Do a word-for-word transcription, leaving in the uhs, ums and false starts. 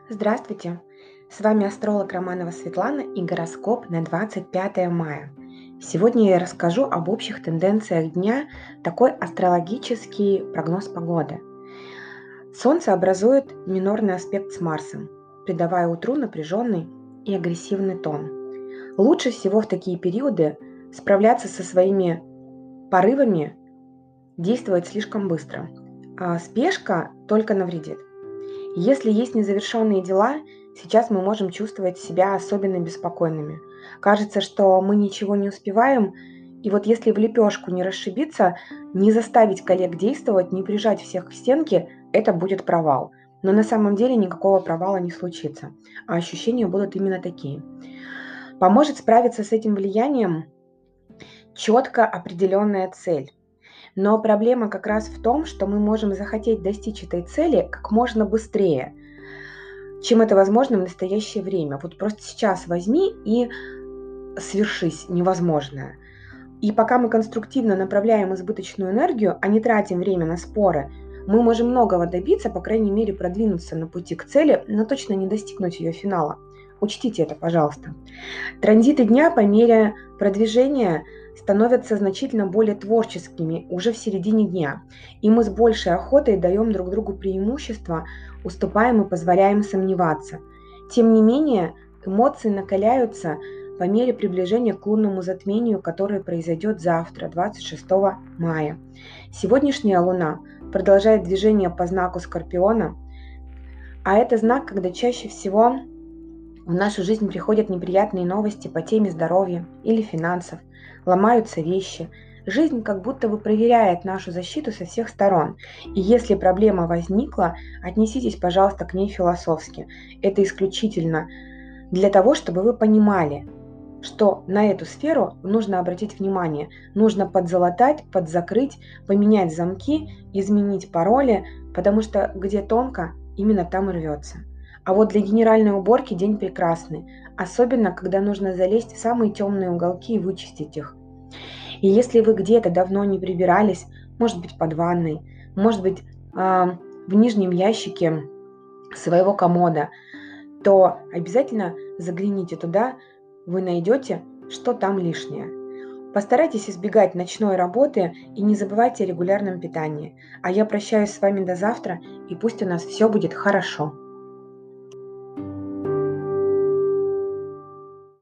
Здравствуйте! С вами астролог Романова Светлана и гороскоп на двадцать пятое мая. Сегодня я расскажу об общих тенденциях дня, такой астрологический прогноз погоды. Солнце образует минорный аспект с Марсом, придавая утру напряженный и агрессивный тон. Лучше всего в такие периоды справляться со своими порывами, действовать слишком быстро. А спешка только навредит. Если есть незавершенные дела, сейчас мы можем чувствовать себя особенно беспокойными. Кажется, что мы ничего не успеваем, и вот если в лепешку не расшибиться, не заставить коллег действовать, не прижать всех к стенке, это будет провал. Но на самом деле никакого провала не случится, а ощущения будут именно такие. Поможет справиться с этим влиянием четко определенная цель. Но проблема как раз в том, что мы можем захотеть достичь этой цели как можно быстрее, чем это возможно в настоящее время. Вот просто сейчас возьми и свершись невозможное. И пока мы конструктивно направляем избыточную энергию, а не тратим время на споры, мы можем многого добиться, по крайней мере, продвинуться на пути к цели, но точно не достигнуть ее финала. Учтите это, пожалуйста. Транзиты дня по мере продвижения становятся значительно более творческими уже в середине дня, и мы с большей охотой даем друг другу преимущество, уступаем и позволяем сомневаться. Тем не менее, эмоции накаляются по мере приближения к лунному затмению, которое произойдет завтра, двадцать шестого мая. Сегодняшняя луна продолжает движение по знаку Скорпиона, а это знак, когда чаще всего в нашу жизнь приходят неприятные новости по теме здоровья или финансов, ломаются вещи. Жизнь как будто бы проверяет нашу защиту со всех сторон. И если проблема возникла, отнеситесь, пожалуйста, к ней философски. Это исключительно для того, чтобы вы понимали, что на эту сферу нужно обратить внимание. Нужно подзалатать, подзакрыть, поменять замки, изменить пароли, потому что где тонко, именно там и рвется. А вот для генеральной уборки день прекрасный, особенно когда нужно залезть в самые темные уголки и вычистить их. И если вы где-то давно не прибирались, может быть под ванной, может быть в нижнем ящике своего комода, то обязательно загляните туда, вы найдете, что там лишнее. Постарайтесь избегать ночной работы и не забывайте о регулярном питании. А я прощаюсь с вами до завтра, и пусть у нас все будет хорошо.